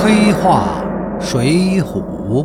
黑话水浒。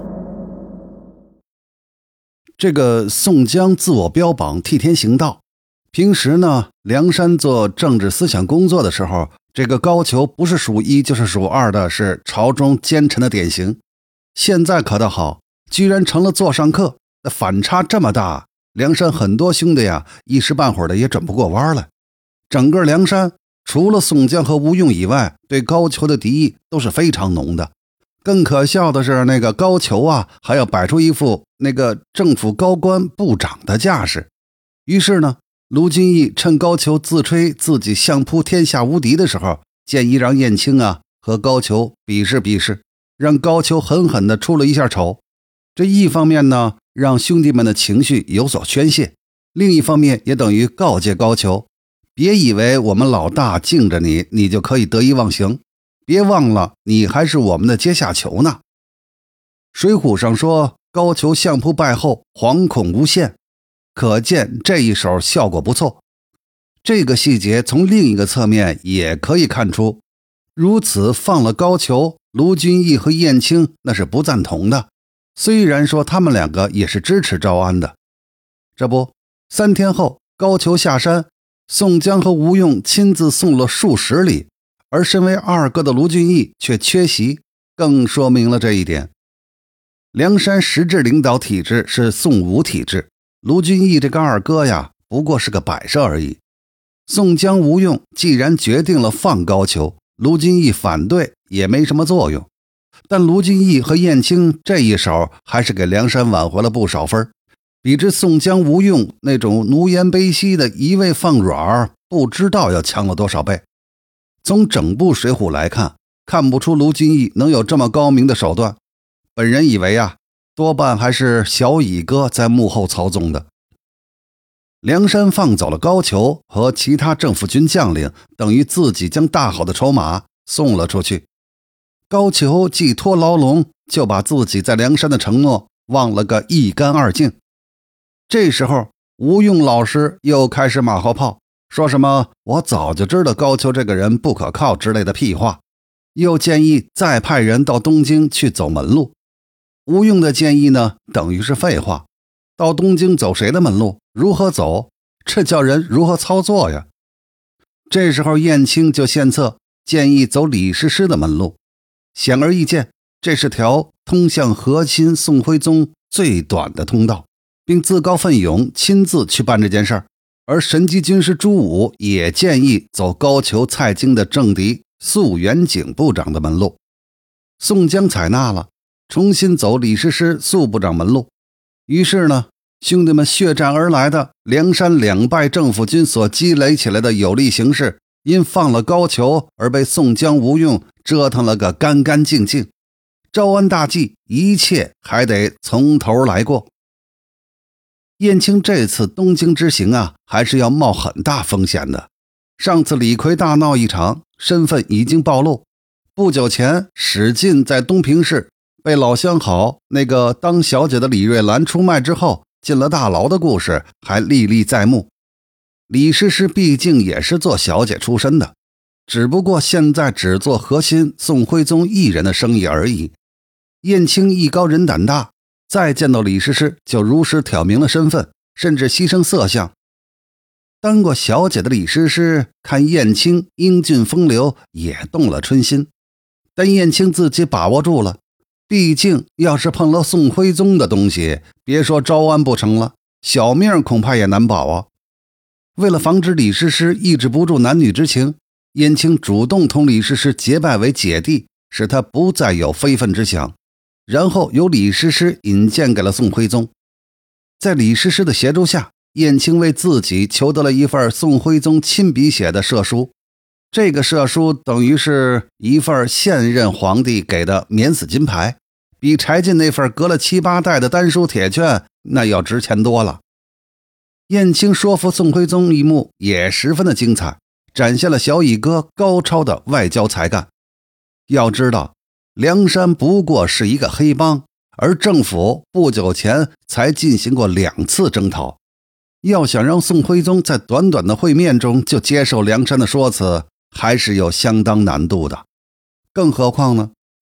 这个宋江自我标榜替天行道，平时呢，梁山做政治思想工作的时候，这个高俅不是数一就是数二的，是朝中奸臣的典型。现在可倒好，居然成了座上客，反差这么大，梁山很多兄弟呀，一时半会儿的也转不过弯来。整个梁山除了宋江和吴用以外，对高俅的敌意都是非常浓的。更可笑的是，那个高俅啊，还要摆出一副那个政府高官部长的架势。于是呢，卢俊义趁高俅自吹自己相扑天下无敌的时候，建议让燕青啊和高俅比试比试，让高俅狠狠地出了一下丑。这一方面呢，让兄弟们的情绪有所宣泄，另一方面也等于告诫高俅，别以为我们老大敬着你，你就可以得意忘形，别忘了你还是我们的阶下囚呢。水浒上说高俅相扑败后惶恐无限，可见这一手效果不错。这个细节从另一个侧面也可以看出，如此放了高俅，卢俊义和燕青那是不赞同的，虽然说他们两个也是支持招安的。这不，3天后高俅下山，宋江和吴用亲自送了数十里，而身为二哥的卢俊义却缺席，更说明了这一点。梁山实质领导体制是宋吴体制，卢俊义这个二哥呀，不过是个摆设而已。宋江吴用既然决定了放高俅，卢俊义反对也没什么作用。但卢俊义和燕青这一手还是给梁山挽回了不少分，比之宋江吴用那种奴颜卑膝的一味放软，不知道要强了多少倍。从整部水浒来看，看不出卢俊义能有这么高明的手段。本人以为啊，多半还是小乙哥在幕后操纵的。梁山放走了高俅和其他政府军将领，等于自己将大好的筹码送了出去。高俅既脱牢笼，就把自己在梁山的承诺忘了个一干二净。这时候吴用老师又开始马后炮，说什么我早就知道高俅这个人不可靠之类的屁话，又建议再派人到东京去走门路。吴用的建议呢，等于是废话，到东京走谁的门路，如何走，这叫人如何操作呀？这时候燕青就献策，建议走李师师的门路。显而易见，这是条通向核心宋徽宗最短的通道，并自告奋勇亲自去办这件事儿。而神机军师朱武也建议走高俅蔡京的政敌肃元景部长的门路。宋江采纳了，重新走李师师肃部长门路。于是呢，兄弟们血战而来的梁山两败政府军所积累起来的有利形势，因放了高俅而被宋江吴用折腾了个干干净净。招安大计一切还得从头来过。燕青这次东京之行啊，还是要冒很大风险的。上次李逵大闹一场，身份已经暴露。不久前史进在东平市被老相好那个当小姐的李瑞兰出卖之后进了大牢的故事还历历在目。李师师毕竟也是做小姐出身的，只不过现在只做核心宋徽宗一人的生意而已。燕青艺高人胆大，再见到李师师就如实挑明了身份，甚至牺牲色相。当过小姐的李师师看燕青英俊风流，也动了春心。但燕青自己把握住了，毕竟要是碰了宋徽宗的东西，别说招安不成了，小命恐怕也难保啊。为了防止李师师抑制不住男女之情，燕青主动同李师师结拜为姐弟，使他不再有非分之想，然后由李师师引荐给了宋徽宗。在李师师的协助下，燕青为自己求得了一份宋徽宗亲笔写的赦书。这个赦书等于是一份现任皇帝给的免死金牌，比柴进那份隔了7、8代的丹书铁券那要值钱多了。燕青说服宋徽宗一幕也十分的精彩，展现了小乙哥高超的外交才干。要知道，梁山不过是一个黑帮，而政府不久前才进行过2次征讨。要想让宋徽宗在短短的会面中就接受梁山的说辞，还是有相当难度的。更何况呢，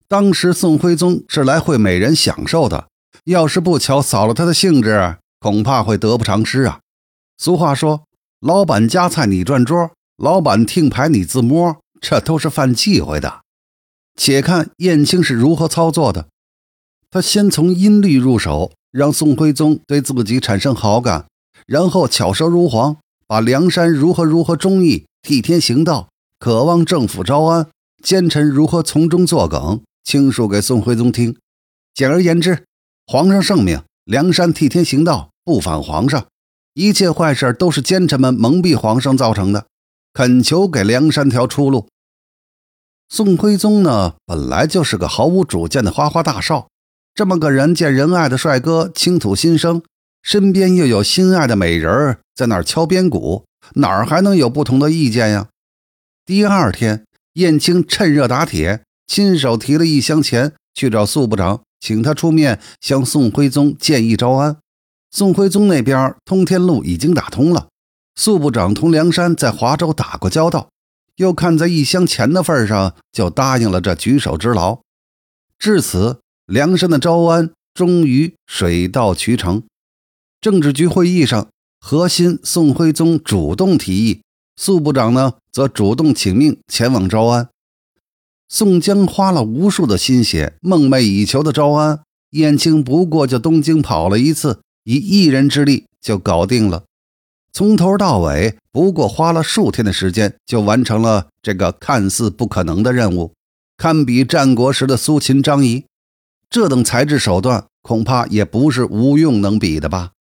当时宋徽宗是来会美人享受的，要是不巧扫了他的兴致，恐怕会得不偿失啊。俗话说，老板夹菜你转桌，老板听牌你自摸，这都是犯忌讳的。且看燕青是如何操作的。他先从音律入手，让宋徽宗对自己产生好感，然后巧舌如簧，把梁山如何忠义、替天行道、渴望政府招安、奸臣如何从中作梗倾述给宋徽宗听。简而言之，皇上圣命，梁山替天行道，不反皇上，一切坏事都是奸臣们蒙蔽皇上造成的，恳求给梁山条出路。宋徽宗呢，本来就是个毫无主见的花花大少，这么个人见人爱的帅哥倾吐心声，身边又有心爱的美人在那儿敲边鼓，哪儿还能有不同的意见呀？第二天，燕青趁热打铁，亲手提了一箱钱去找宿部长，请他出面向宋徽宗建议招安。宋徽宗那边通天路已经打通了，宿部长同梁山在华州打过交道，又看在一箱钱的份上，就答应了这举手之劳。至此，梁山的招安终于水到渠成。政治局会议上，核心宋徽宗主动提议，宿部长呢则主动请命前往招安。宋江花了无数的心血，梦寐以求的招安，燕青不过就东京跑了一次，以一人之力就搞定了。从头到尾不过花了数天的时间，就完成了这个看似不可能的任务，堪比战国时的苏秦张仪。这等才智手段，恐怕也不是吴用能比的吧。